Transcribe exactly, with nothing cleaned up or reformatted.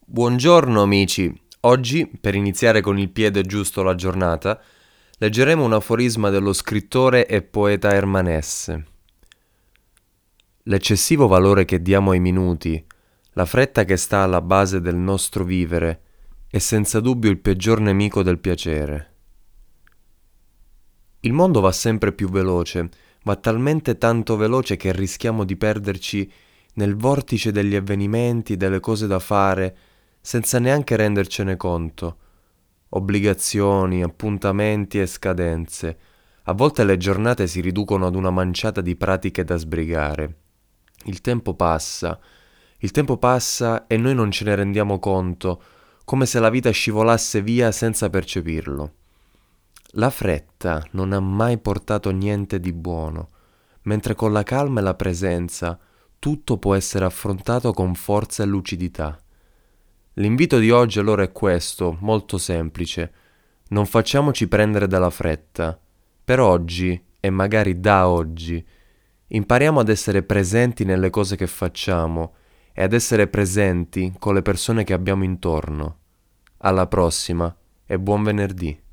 Buongiorno amici, oggi, per iniziare con il piede giusto la giornata, leggeremo un aforisma dello scrittore e poeta Hermann Hesse. L'eccessivo valore che diamo ai minuti, la fretta che sta alla base del nostro vivere, è senza dubbio il peggior nemico del piacere. Il mondo va sempre più veloce, va talmente tanto veloce che rischiamo di perderci nel vortice degli avvenimenti, delle cose da fare, senza neanche rendercene conto. Obbligazioni, appuntamenti e scadenze. A volte le giornate si riducono ad una manciata di pratiche da sbrigare. Il tempo passa, il tempo passa e noi non ce ne rendiamo conto, come se la vita scivolasse via senza percepirlo. La fretta non ha mai portato niente di buono, mentre con la calma e la presenza tutto può essere affrontato con forza e lucidità. L'invito di oggi allora è questo, molto semplice. Non facciamoci prendere dalla fretta. Per oggi, e magari da oggi, impariamo ad essere presenti nelle cose che facciamo e ad essere presenti con le persone che abbiamo intorno. Alla prossima e buon venerdì.